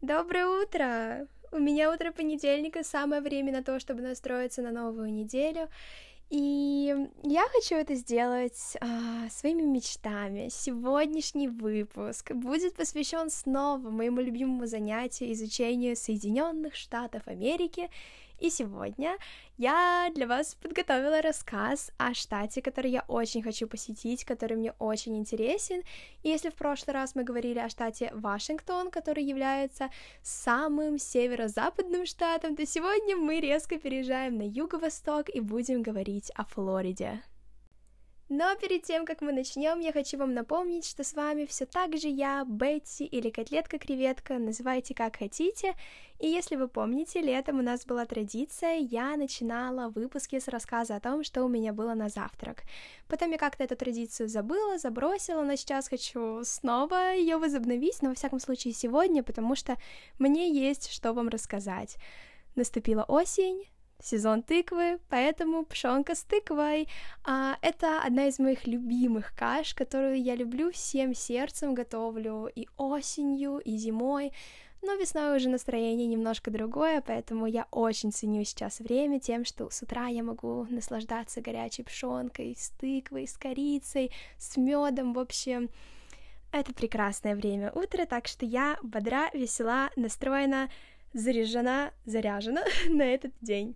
Доброе утро! У меня утро понедельника, самое время на то, чтобы настроиться на новую неделю. И я хочу это сделать своими мечтами. Сегодняшний выпуск будет посвящен снова моему любимому занятию изучению Соединенных Штатов Америки. И сегодня я для вас подготовила рассказ о штате, который я очень хочу посетить, который мне очень интересен. И если в прошлый раз мы говорили о штате Вашингтон, который является самым северо-западным штатом, то сегодня мы резко переезжаем на юго-восток и будем говорить о Флориде. Но перед тем, как мы начнем, я хочу вам напомнить, что с вами все так же я, Бетти или Котлетка-креветка, называйте как хотите. И если вы помните, летом у нас была традиция, я начинала выпуски с рассказа о том, что у меня было на завтрак. Потом я как-то эту традицию забыла, забросила, но сейчас хочу снова ее возобновить, но во всяком случае сегодня, потому что мне есть что вам рассказать. Наступила осень. Сезон тыквы, поэтому пшёнка с тыквой. Это одна из моих любимых каш, которую я люблю всем сердцем, готовлю и осенью, и зимой. Но весной уже настроение немножко другое, поэтому я очень ценю сейчас время тем, что с утра я могу наслаждаться горячей пшёнкой, с тыквой, с корицей, с мёдом, в общем... Это прекрасное время утра, так что я бодра, весела, настроена, заряжена на этот день.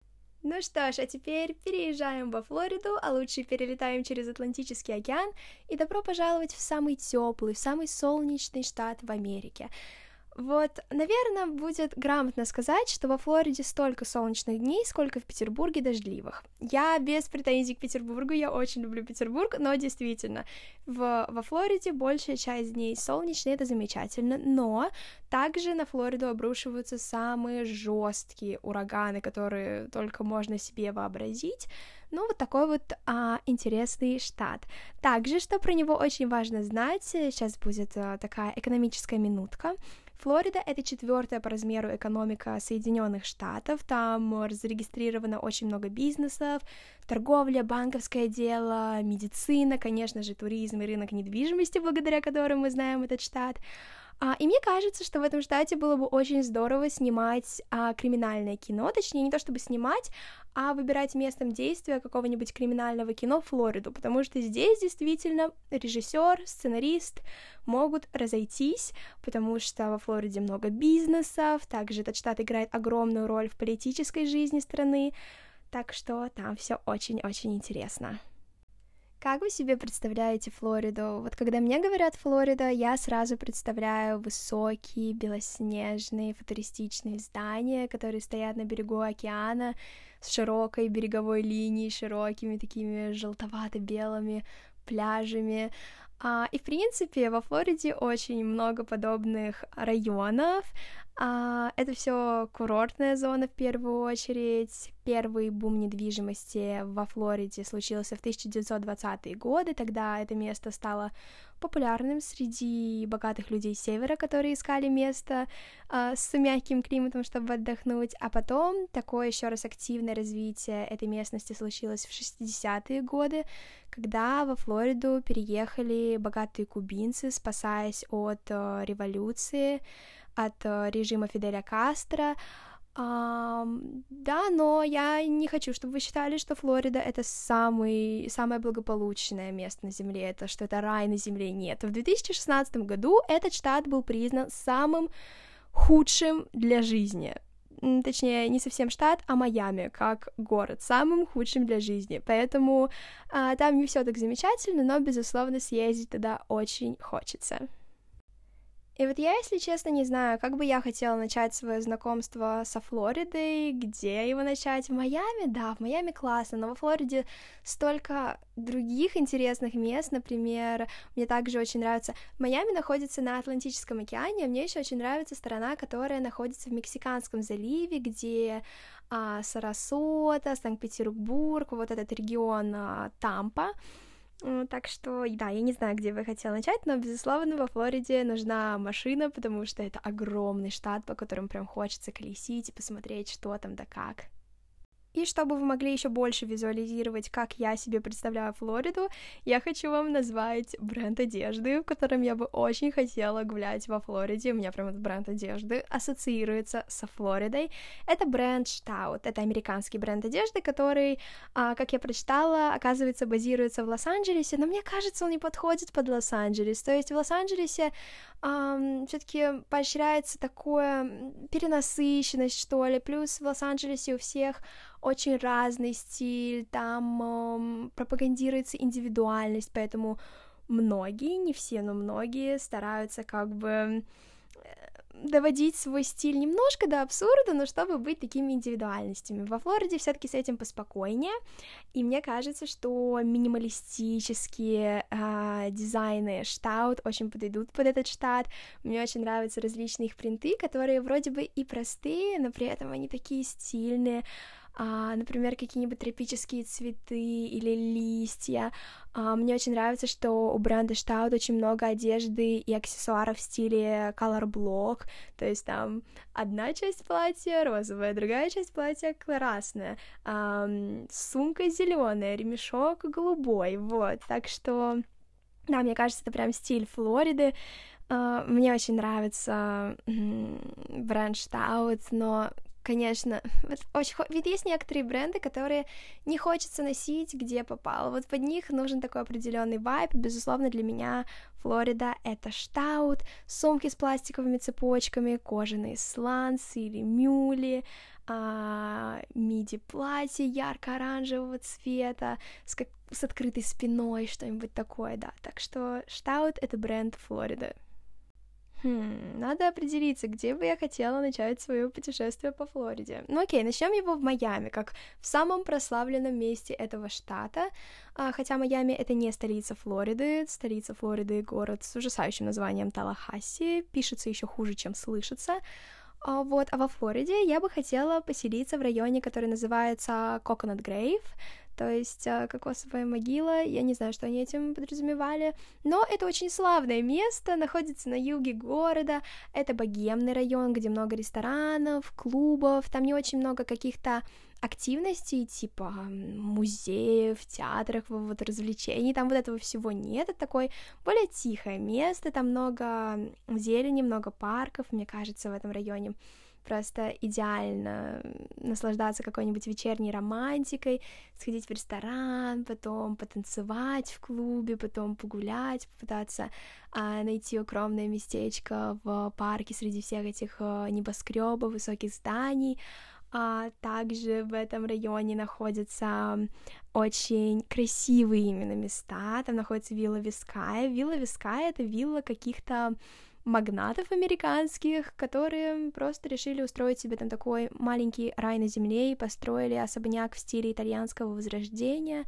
Ну что ж, а теперь переезжаем во Флориду, а лучше перелетаем через Атлантический океан, и добро пожаловать в самый теплый, в самый солнечный штат в Америке. Вот, наверное, будет грамотно сказать, что во Флориде столько солнечных дней, сколько в Петербурге дождливых. Я без претензий к Петербургу, я очень люблю Петербург, но действительно, во Флориде большая часть дней солнечные, это замечательно, но также на Флориду обрушиваются самые жесткие ураганы, которые только можно себе вообразить. Ну, вот такой вот интересный штат. Также, что про него очень важно знать, сейчас будет такая экономическая минутка. Флорида — это 4-я по размеру экономика Соединенных Штатов, там зарегистрировано очень много бизнесов, торговля, банковское дело, медицина, конечно же, туризм и рынок недвижимости, благодаря которым мы знаем этот штат. И мне кажется, что в этом штате было бы очень здорово снимать криминальное кино, точнее, не то чтобы снимать, а выбирать местом действия какого-нибудь криминального кино Флориду, потому что здесь действительно режиссер, сценарист могут разойтись, потому что во Флориде много бизнесов, также этот штат играет огромную роль в политической жизни страны, так что там все очень-очень интересно. Как вы себе представляете Флориду? Вот когда мне говорят Флорида, я сразу представляю высокие, белоснежные, футуристичные здания, которые стоят на берегу океана с широкой береговой линией, широкими такими желтовато-белыми пляжами. И, в принципе, во Флориде очень много подобных районов. Это все курортная зона в первую очередь. Первый бум недвижимости во Флориде случился в 1920-е годы, тогда это место стало популярным среди богатых людей севера, которые искали место с мягким климатом, чтобы отдохнуть, а потом такое еще раз активное развитие этой местности случилось в 60-е годы, когда во Флориду переехали богатые кубинцы, спасаясь от революции, от режима Фиделя Кастро. Да, но я не хочу, чтобы вы считали, что Флорида — это самое благополучное место на Земле, это что это рай на Земле. Нет, в 2016 году этот штат был признан самым худшим для жизни. Точнее, не совсем штат, а Майами, как город, самым худшим для жизни. Поэтому там не все так замечательно, но, безусловно, съездить туда очень хочется. И вот я, если честно, не знаю, как бы я хотела начать свое знакомство со Флоридой, где его начать? В Майами? Да, в Майами классно, но во Флориде столько других интересных мест, например, мне также очень нравится... Майами находится на Атлантическом океане, а мне еще очень нравится сторона, которая находится в Мексиканском заливе, где Сарасота, Санкт-Петербург, вот этот регион Тампа. Так что, да, я не знаю, где бы я хотела начать, но, безусловно, во Флориде нужна машина, потому что это огромный штат, по которому прям хочется колесить и посмотреть, что там да как. И чтобы вы могли еще больше визуализировать, как я себе представляю Флориду, я хочу вам назвать бренд одежды, в котором я бы очень хотела гулять во Флориде. У меня прям этот бренд одежды ассоциируется со Флоридой. Это бренд Staud. Это американский бренд одежды, который, как я прочитала, оказывается, базируется в Лос-Анджелесе, но мне кажется, он не подходит под Лос-Анджелес. То есть в Лос-Анджелесе все-таки поощряется такое перенасыщенность, что ли, плюс в Лос-Анджелесе у всех очень разный стиль, там пропагандируется индивидуальность, поэтому многие, не все, но многие стараются как бы доводить свой стиль немножко до абсурда, но чтобы быть такими индивидуальностями. Во Флориде все-таки с этим поспокойнее, и мне кажется, что минималистические дизайны Staud очень подойдут под этот штат. Мне очень нравятся различные их принты, которые вроде бы и простые, но при этом они такие стильные. Например, какие-нибудь тропические цветы или листья. Мне очень нравится, что у бренда Staud очень много одежды и аксессуаров в стиле color block, то есть там одна часть платья розовая, другая часть платья красная, сумка зеленая, ремешок голубой, вот, так что, да, мне кажется, это прям стиль Флориды. Мне очень нравится бренд Staud, но конечно, ведь есть некоторые бренды, которые не хочется носить, где попало. Вот под них нужен такой определенный вайб. Безусловно, для меня Флорида — это Staud, сумки с пластиковыми цепочками, кожаные сланцы или мюли, миди-платье ярко-оранжевого цвета с открытой спиной, что-нибудь такое, да. Так что Staud — это бренд Флориды. Надо определиться, где бы я хотела начать свое путешествие по Флориде. Ну окей, начнем его в Майами, как в самом прославленном месте этого штата, хотя Майами — это не столица Флориды — город с ужасающим названием Таллахасси, пишется еще хуже, чем слышится. А во Флориде я бы хотела поселиться в районе, который называется Coconut Grove, то есть кокосовая могила, я не знаю, что они этим подразумевали, но это очень славное место, находится на юге города, это богемный район, где много ресторанов, клубов, там не очень много каких-то активностей, типа музеев, театров, вот развлечений, там вот этого всего нет, это такое более тихое место, там много зелени, много парков, мне кажется, в этом районе просто идеально наслаждаться какой-нибудь вечерней романтикой, сходить в ресторан, потом потанцевать в клубе, потом погулять, попытаться найти укромное местечко в парке среди всех этих небоскребов, высоких зданий. Также в этом районе находятся очень красивые именно места, там находится вилла Виская. Вилла Виская — это вилла каких-то магнатов американских, которые просто решили устроить себе там такой маленький рай на земле и построили особняк в стиле итальянского возрождения.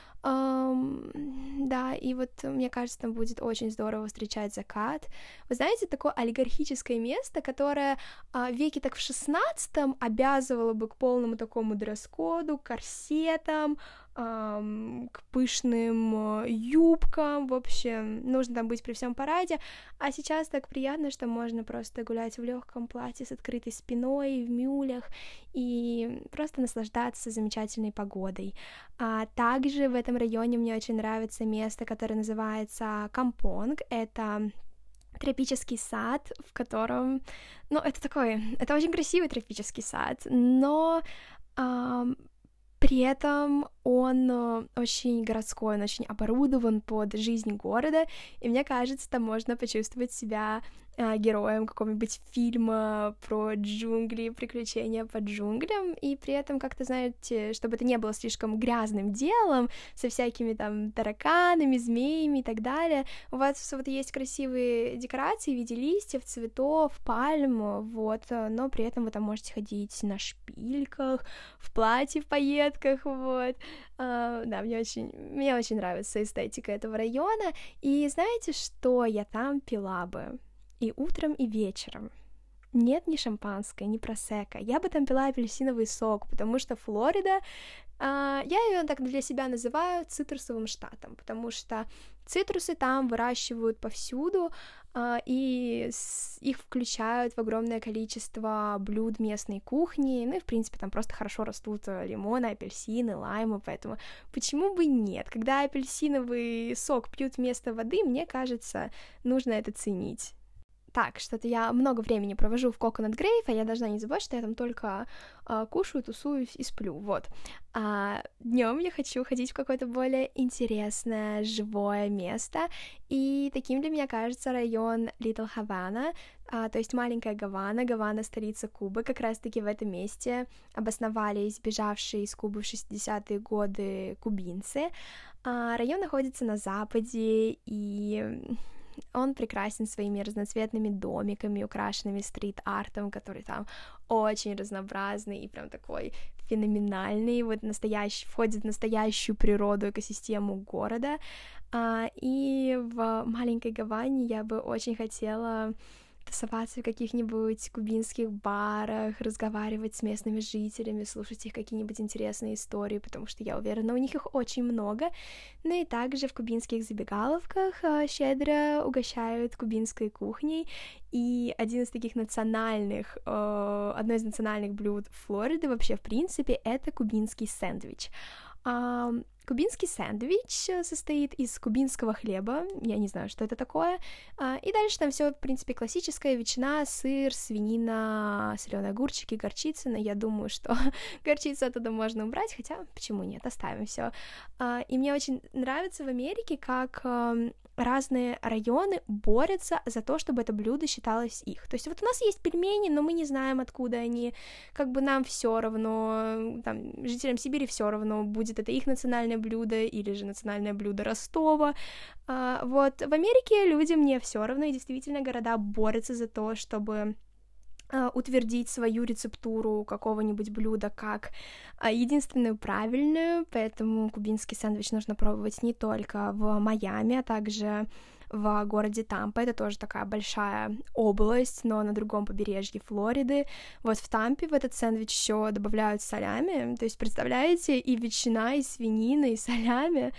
Да, и вот мне кажется, там будет очень здорово встречать закат. Вы знаете, такое олигархическое место, которое веке так в 16-м обязывало бы к полному такому дресс-коду, к корсетам, к пышным юбкам, в общем, нужно там быть при всем параде, а сейчас так приятно, что можно просто гулять в легком платье с открытой спиной, в мюлях и просто наслаждаться замечательной погодой. Также в этом районе мне очень нравится место, которое называется Кампонг, это тропический сад, в котором, это очень красивый тропический сад, но при этом он очень городской, он очень оборудован под жизнь города, и мне кажется, там можно почувствовать себя героем какого-нибудь фильма про джунгли, приключения по джунглям, и при этом, как-то, знаете, чтобы это не было слишком грязным делом, со всякими там тараканами, змеями и так далее. У вас вот есть красивые декорации в виде листьев, цветов, пальм, вот, но при этом вы там можете ходить на шпильках, в платье, в пайетках, вот. Да, мне очень нравится эстетика этого района, и знаете, что я там пила бы? И утром, и вечером. Нет ни шампанское, ни просекко. Я бы там пила апельсиновый сок, потому что Флорида, я ее так для себя называю цитрусовым штатом, потому что цитрусы там выращивают повсюду, и их включают в огромное количество блюд местной кухни, ну и, в принципе, там просто хорошо растут лимоны, апельсины, лаймы, поэтому почему бы нет? Когда апельсиновый сок пьют вместо воды, мне кажется, нужно это ценить. Так, что-то я много времени провожу в Coconut Grove, а я должна не забывать, что я там только кушаю, тусуюсь и сплю, вот. А днем я хочу ходить в какое-то более интересное, живое место, и таким для меня кажется район Little Havana, то есть маленькая Гавана, Гавана — столица Кубы, как раз-таки в этом месте обосновались бежавшие из Кубы в 60-е годы кубинцы. Район находится на западе, и он прекрасен своими разноцветными домиками, украшенными стрит-артом, который там очень разнообразный и прям такой феноменальный, вот входит в настоящую природу, экосистему города. И в маленькой Гаване я бы очень хотела тусоваться в каких-нибудь кубинских барах, разговаривать с местными жителями, слушать их какие-нибудь интересные истории, потому что я уверена, у них их очень много. Ну и также в кубинских забегаловках щедро угощают кубинской кухней, и одно из национальных блюд Флориды вообще, в принципе, это кубинский сэндвич. Кубинский сэндвич состоит из кубинского хлеба, я не знаю, что это такое, и дальше там все, в принципе, классическое: ветчина, сыр, свинина, соленые огурчики, горчица, но я думаю, что горчицу оттуда можно убрать, хотя почему нет, оставим все. И мне очень нравится в Америке, как разные районы борются за то, чтобы это блюдо считалось их. То есть вот у нас есть пельмени, но мы не знаем, откуда они, как бы нам все равно, там, жителям Сибири все равно, будет это их национальное блюдо или же национальное блюдо Ростова. Вот в Америке людям не все равно, и действительно города борются за то, чтобы утвердить свою рецептуру какого-нибудь блюда как единственную правильную, поэтому кубинский сэндвич нужно пробовать не только в Майами, а также в городе Тампа. Это тоже такая большая область, но на другом побережье Флориды. Вот в Тампе в этот сэндвич еще добавляют салями, то есть, представляете, и ветчина, и свинина, и салями,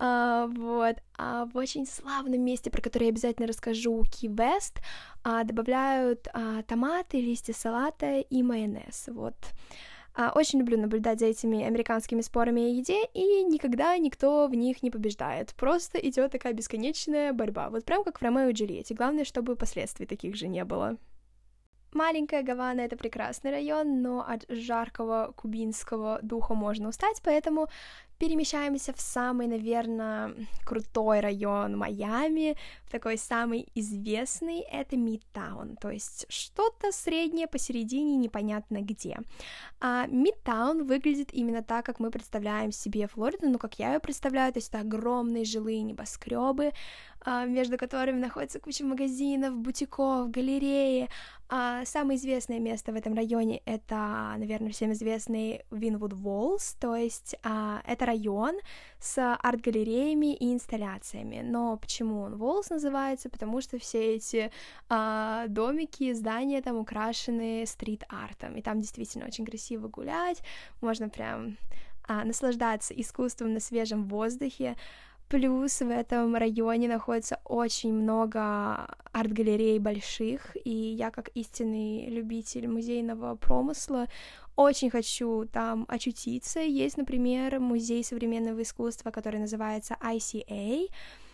вот. А в очень славном месте, про которое я обязательно расскажу, Ки-Вест, добавляют томаты, листья салата и майонез, вот. Очень люблю наблюдать за этими американскими спорами о еде, и никогда никто в них не побеждает. Просто идет такая бесконечная борьба. Вот прям как в Ромео и Джульетте. Главное, чтобы последствий таких же не было. Маленькая Гавана — это прекрасный район, но от жаркого кубинского духа можно устать, поэтому перемещаемся в самый, наверное, крутой район Майами, в такой самый известный, это Мидтаун, то есть что-то среднее посередине, непонятно где. Мидтаун выглядит именно так, как мы представляем себе Флориду, ну, как я ее представляю, то есть это огромные жилые небоскребы, между которыми находится куча магазинов, бутиков, галереи. Самое известное место в этом районе — это, наверное, всем известный Wynwood Walls, то есть это район с арт-галереями и инсталляциями. Но почему он Walls называется? Потому что все эти домики, здания там украшены стрит-артом, и там действительно очень красиво гулять, можно прям наслаждаться искусством на свежем воздухе. Плюс в этом районе находится очень много арт-галерей больших, и я, как истинный любитель музейного промысла, очень хочу там очутиться. Есть, например, музей современного искусства, который называется ICA.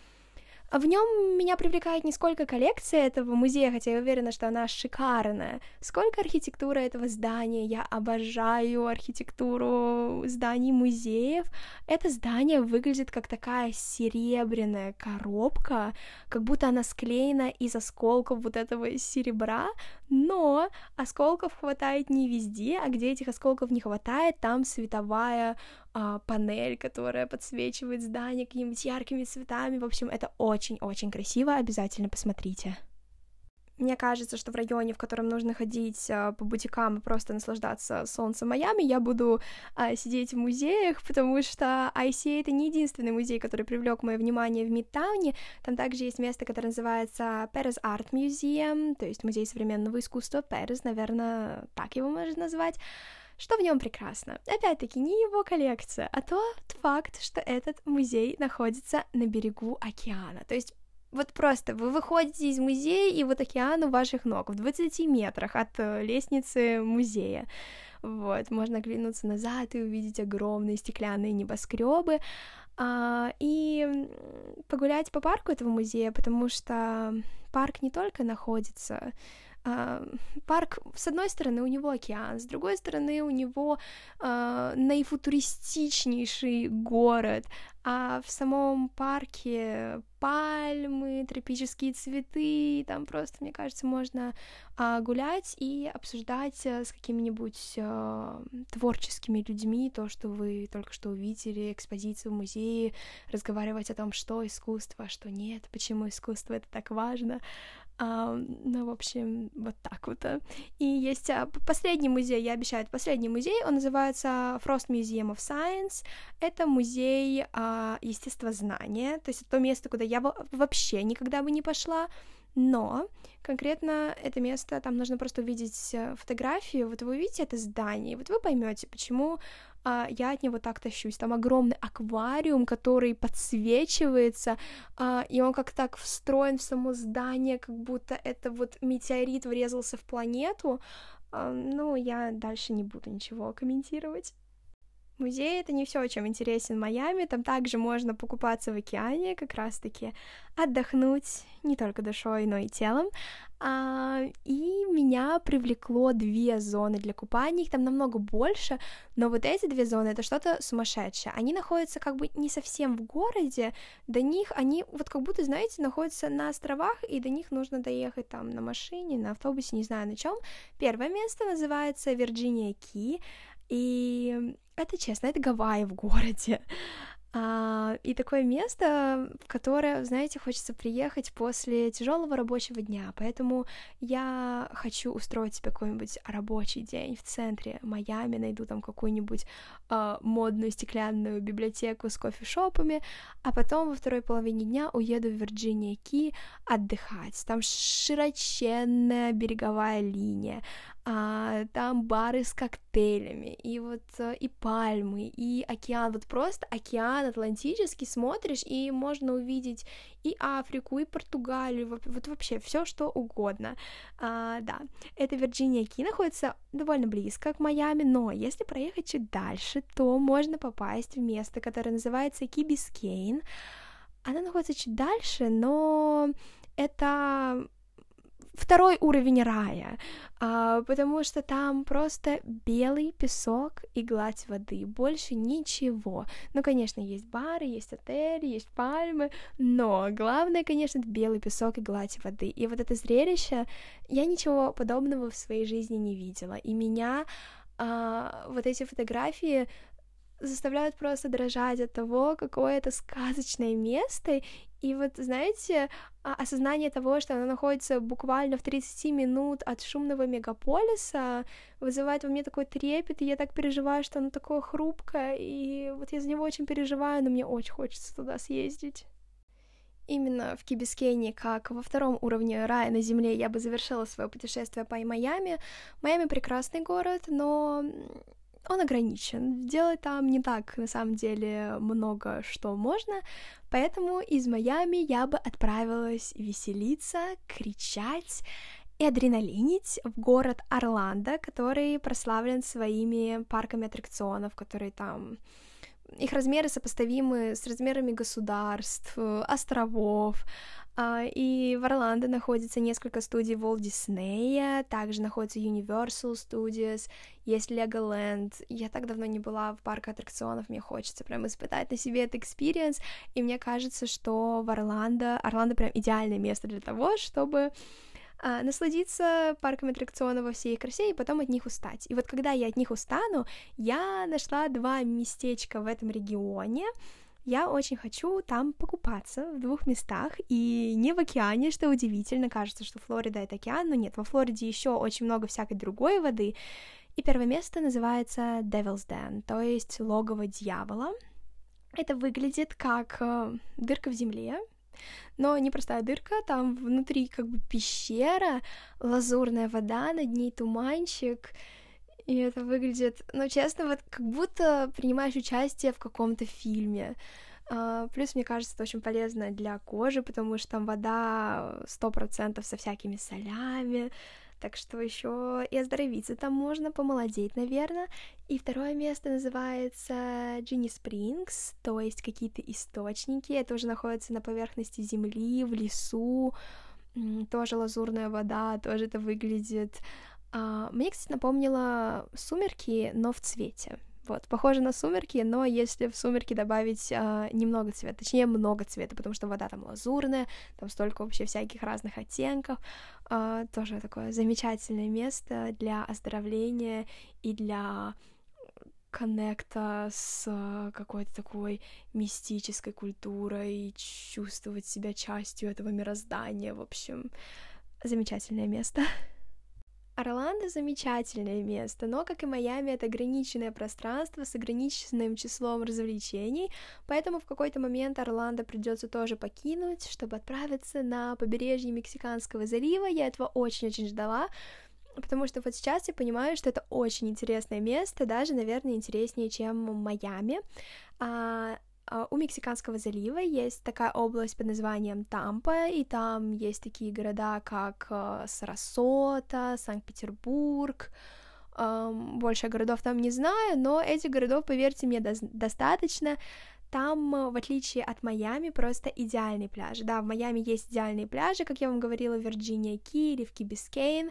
В нем меня привлекает не сколько коллекция этого музея, хотя я уверена, что она шикарная, сколько архитектура этого здания. Я обожаю архитектуру зданий музеев. Это здание выглядит как такая серебряная коробка, как будто она склеена из осколков вот этого серебра, но осколков хватает не везде, а где этих осколков не хватает, там световая панель, которая подсвечивает здание какими-нибудь яркими цветами. В общем, это очень-очень красиво, обязательно посмотрите. Мне кажется, что в районе, в котором нужно ходить по бутикам и просто наслаждаться солнцем Майами, я буду сидеть в музеях, потому что ICA — это не единственный музей, который привлек мое внимание в Мидтауне. Там также есть место, которое называется Perez Art Museum, то есть музей современного искусства Perez, наверное, так его можно назвать. Что в нем прекрасно? Опять-таки, не его коллекция, а тот факт, что этот музей находится на берегу океана. То есть Вот просто вы выходите из музея, и вот океан у ваших ног в 20 метрах от лестницы музея. Вот, можно оглянуться назад и увидеть огромные стеклянные небоскребы, и погулять по парку этого музея, потому что парк не только находится... Парк, с одной стороны, у него океан, с другой стороны, у него наифутуристичнейший город, а в самом парке пальмы, тропические цветы, там просто, мне кажется, можно гулять и обсуждать с какими-нибудь творческими людьми то, что вы только что увидели, экспозицию в музее, разговаривать о том, что искусство, а что нет, почему искусство — это так важно. Ну, в общем, вот так вот. И есть последний музей, я обещаю, последний музей, он называется Frost Museum of Science. Это музей естествознания, то есть это то место, куда я вообще никогда бы не пошла, но конкретно это место, там нужно просто увидеть фотографию, вот вы увидите это здание, вот вы поймете, почему я от него так тащусь. Там огромный аквариум, который подсвечивается, и он как так встроен в само здание, как будто это вот метеорит врезался в планету. Ну, я дальше не буду ничего комментировать. Музей — это не все, чем интересен Майами, там также можно покупаться в океане, как раз-таки отдохнуть не только душой, но и телом, и меня привлекло 2 зоны для купания, их там намного больше, но вот эти 2 зоны — это что-то сумасшедшее, они находятся как бы не совсем в городе, до них они вот как будто, знаете, находятся на островах, и до них нужно доехать там на машине, на автобусе, не знаю на чем. Первое место называется Вирджиния Ки, и это, честно, это Гавайи в городе. И такое место, в которое, знаете, хочется приехать после тяжелого рабочего дня, поэтому я хочу устроить себе какой-нибудь рабочий день в центре Майами, найду там какую-нибудь модную стеклянную библиотеку с кофешопами, а потом во второй половине дня уеду в Вирджиния Ки отдыхать. Там широченная береговая линия, там бары с коктейлями, и вот и пальмы, и океан, вот просто океан Атлантический, смотришь, и можно увидеть и Африку, и Португалию, вот вообще все что угодно. Да, это Вирджиния Ки, находится довольно близко к Майами, но если проехать чуть дальше, то можно попасть в место, которое называется Ки Бискейн. Она находится чуть дальше, но это 2 уровень рая, потому что там просто белый песок и гладь воды, больше ничего. Ну, конечно, есть бары, есть отели, есть пальмы, но главное, конечно, это белый песок и гладь воды. И вот это зрелище, я ничего подобного в своей жизни не видела, и меня вот эти фотографии заставляют просто дрожать от того, какое это сказочное место, и вот, знаете, осознание того, что оно находится буквально в 30 минут от шумного мегаполиса, вызывает во мне такой трепет, и я так переживаю, что оно такое хрупкое, и вот я за него очень переживаю, но мне очень хочется туда съездить. Именно в Ки Бискейне, как во 2 уровне рая на земле, я бы завершила свое путешествие по Майами. Майами прекрасный город, но он ограничен. Делать там не так, на самом деле, много что можно, поэтому из Майами я бы отправилась веселиться, кричать и адреналинить в город Орландо, который прославлен своими парками аттракционов, которые там... Их размеры сопоставимы с размерами государств, островов, и в Орландо находится несколько студий Walt Disney, также находится Universal Studios, есть Legoland. Я так давно не была в парке аттракционов, мне хочется прям испытать на себе этот экспириенс, и мне кажется, что в Орландо прям идеальное место для того, чтобы насладиться парками аттракционов во всей их красе и потом от них устать. И вот когда я от них устану, я нашла 2 местечка в этом регионе. Я очень хочу там покупаться в 2 местах, и не в океане, что удивительно, кажется, что Флорида — это океан, но нет, во Флориде еще очень много всякой другой воды, и первое место называется Devil's Den, то есть логово дьявола. Это выглядит как дырка в земле, но не простая дырка, там внутри как бы пещера, лазурная вода, над ней туманчик, и это выглядит, ну, честно, вот как будто принимаешь участие в каком-то фильме. Плюс, мне кажется, это очень полезно для кожи, потому что там вода 100% со всякими солями, так что еще и оздоровиться там можно, помолодеть, наверное. И второе место называется Джинни Спрингс, то есть какие-то источники, это уже находится на поверхности земли, в лесу, тоже лазурная вода, тоже это выглядит... Мне, кстати, напомнило «Сумерки», но в цвете. Вот, похоже на «Сумерки», но если в «Сумерки» добавить немного цвета, точнее, много цвета, потому что вода там лазурная, там столько вообще всяких разных оттенков, тоже такое замечательное место для оздоровления и для коннекта с какой-то такой мистической культурой, чувствовать себя частью этого мироздания, в общем, замечательное место. Орландо — замечательное место, но, как и Майами, это ограниченное пространство с ограниченным числом развлечений, поэтому в какой-то момент Орландо придется тоже покинуть, чтобы отправиться на побережье Мексиканского залива. Я этого очень-очень ждала, потому что вот сейчас я понимаю, что это очень интересное место, даже, наверное, интереснее, чем Майами. У Мексиканского залива есть такая область под названием Тампа, и там есть такие города, как Сарасота, Санкт-Петербург. Больше городов там не знаю, но этих городов, поверьте мне, достаточно. Там, в отличие от Майами, просто идеальный пляж. Да, в Майами есть идеальные пляжи, как я вам говорила, в Вирджиния Ки или в Ки-Бискейн.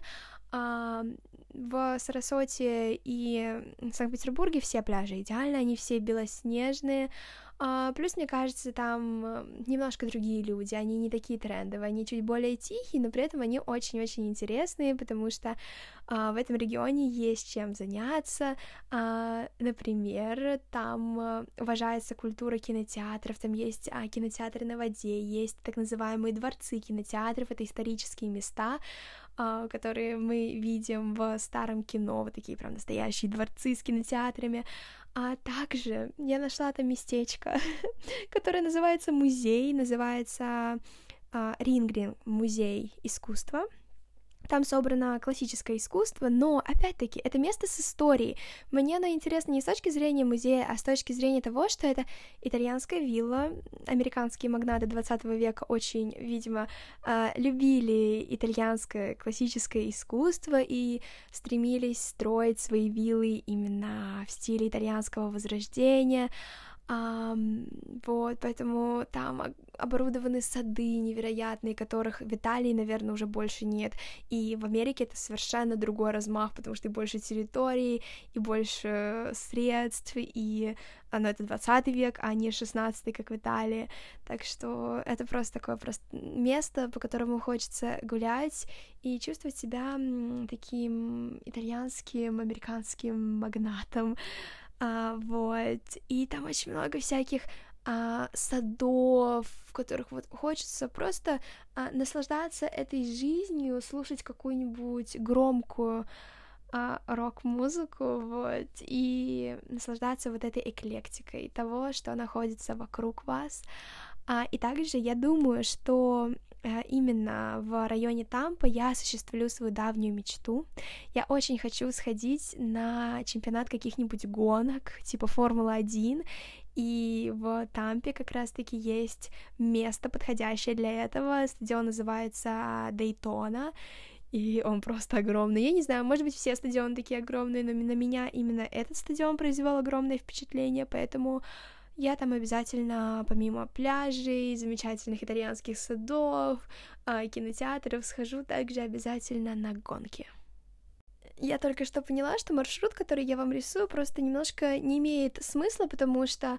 В Сарасоте и Санкт-Петербурге все пляжи идеальны, они все белоснежные. Плюс, мне кажется, там немножко другие люди, они не такие трендовые, они чуть более тихие, но при этом они очень-очень интересные, потому что в этом регионе есть чем заняться. Например, там уважается культура кинотеатров, там есть кинотеатры на воде, есть так называемые дворцы кинотеатров, это исторические места, которые мы видим в старом кино, вот такие прям настоящие дворцы с кинотеатрами. А также я нашла там местечко, которое называется музей, называется Рингрин, музей искусства. Там собрано классическое искусство, но, опять-таки, это место с историей. Мне оно интересно не с точки зрения музея, а с точки зрения того, что это итальянская вилла. Американские магнаты 20 века очень, видимо, любили итальянское классическое искусство и стремились строить свои виллы именно в стиле итальянского возрождения. Вот, поэтому там оборудованы сады невероятные, которых в Италии, наверное, уже больше нет, и в Америке это совершенно другой размах, потому что и больше территорий, и больше средств, и это 20 век, а не 16, как в Италии, так что это просто такое место, по которому хочется гулять и чувствовать себя таким итальянским, американским магнатом. Вот, и там очень много всяких садов, в которых вот хочется просто наслаждаться этой жизнью, слушать какую-нибудь громкую рок-музыку, вот, и наслаждаться вот этой эклектикой того, что находится вокруг вас. И также я думаю, что именно в районе Тампа я осуществлю свою давнюю мечту. Я очень хочу сходить на чемпионат каких-нибудь гонок, типа Формулы-1, и в Тампе как раз-таки есть место, подходящее для этого. Стадион называется Дейтона, и он просто огромный. Я не знаю, может быть, все стадионы такие огромные, но на меня именно этот стадион произвел огромное впечатление, поэтому я там обязательно, помимо пляжей, замечательных итальянских садов, кинотеатров, схожу также обязательно на гонки. Я только что поняла, что маршрут, который я вам рисую, просто немножко не имеет смысла, потому что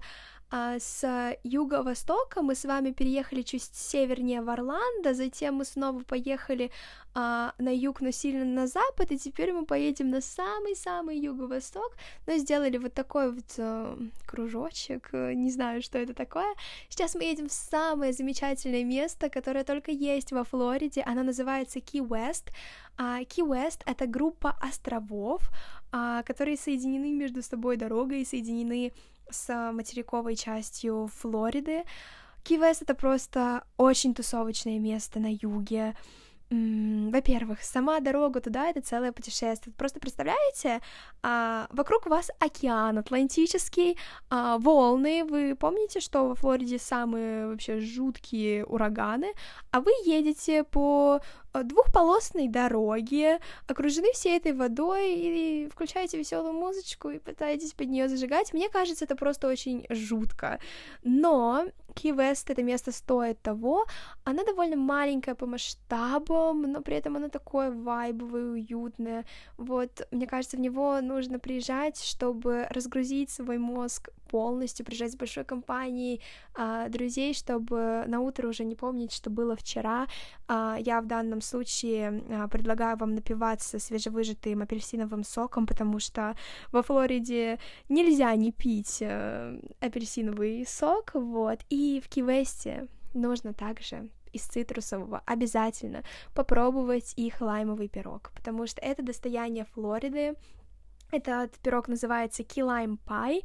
с юго-востока мы с вами переехали чуть севернее в Орландо, затем мы снова поехали на юг, но сильно на запад, и теперь мы поедем на самый-самый юго-восток, но сделали вот такой вот кружочек, не знаю, что это такое. Сейчас мы едем в самое замечательное место, которое только есть во Флориде, оно называется Ки-Уэст. Ки-Уэст — это группа островов, которые соединены между собой дорогой, соединены с материковой частью Флориды. Ки-Вест — это просто очень тусовочное место на юге. Во-первых, сама дорога туда — это целое путешествие. Просто представляете, вокруг вас океан Атлантический, волны. Вы помните, что во Флориде самые вообще жуткие ураганы, а вы едете по двухполосной дороге, окружены всей этой водой и включаете веселую музычку и пытаетесь под нее зажигать. Мне кажется, это просто очень жутко. Но Ки-Вест — это место стоит того. Оно довольно маленькое по масштабам, но при этом оно такое вайбовое, уютное. Вот, мне кажется, в него нужно приезжать, чтобы разгрузить свой мозг полностью, приезжать с большой компанией друзей, чтобы на утро уже не помнить, что было вчера. Я в данном случае предлагаю вам напиваться свежевыжатым апельсиновым соком, потому что во Флориде нельзя не пить апельсиновый сок, вот, и в Ки-Весте нужно также из цитрусового обязательно попробовать их лаймовый пирог, потому что это достояние Флориды. Этот пирог называется Key Lime Pie,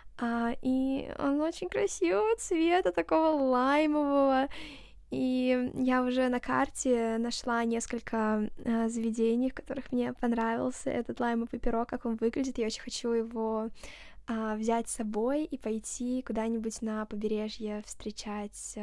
и он очень красивого цвета, такого лаймового. И я уже на карте нашла несколько заведений, в которых мне понравился этот лаймовый пирог, как он выглядит. Я очень хочу его взять с собой и пойти куда-нибудь на побережье встречать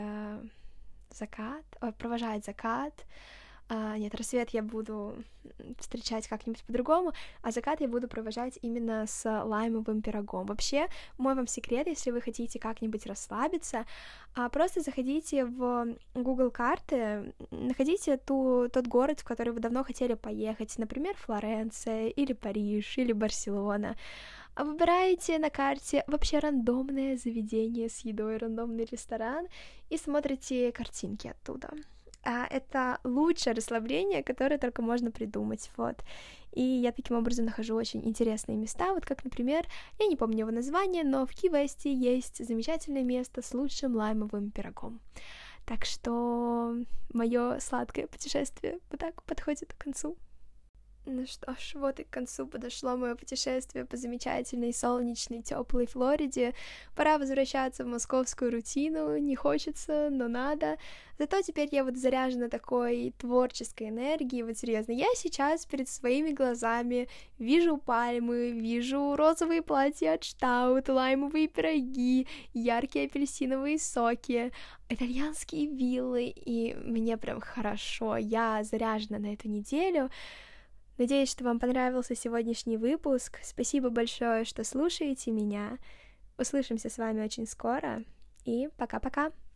провожать закат. Нет, рассвет я буду встречать как-нибудь по-другому, а закат я буду провожать именно с лаймовым пирогом. Вообще, мой вам секрет, если вы хотите как-нибудь расслабиться, просто заходите в Google карты, находите тот город, в который вы давно хотели поехать, например, Флоренция, или Париж, или Барселона. Выбираете на карте вообще рандомное заведение с едой, рандомный ресторан, и смотрите картинки оттуда. Это лучшее расслабление, которое только можно придумать, вот. И я таким образом нахожу очень интересные места, вот как, например, я не помню его название, но в Ки-Весте есть замечательное место с лучшим лаймовым пирогом. Так что мое сладкое путешествие вот так подходит к концу. Ну что ж, вот и к концу подошло мое путешествие по замечательной, солнечной, теплой Флориде. Пора возвращаться в московскую рутину, не хочется, но надо. Зато теперь я вот заряжена такой творческой энергией, вот серьезно. Я сейчас перед своими глазами вижу пальмы, вижу розовые платья от Штаут, лаймовые пироги, яркие апельсиновые соки, итальянские виллы, и мне прям хорошо, я заряжена на эту неделю. Надеюсь, что вам понравился сегодняшний выпуск. Спасибо большое, что слушаете меня. Услышимся с вами очень скоро. И пока-пока.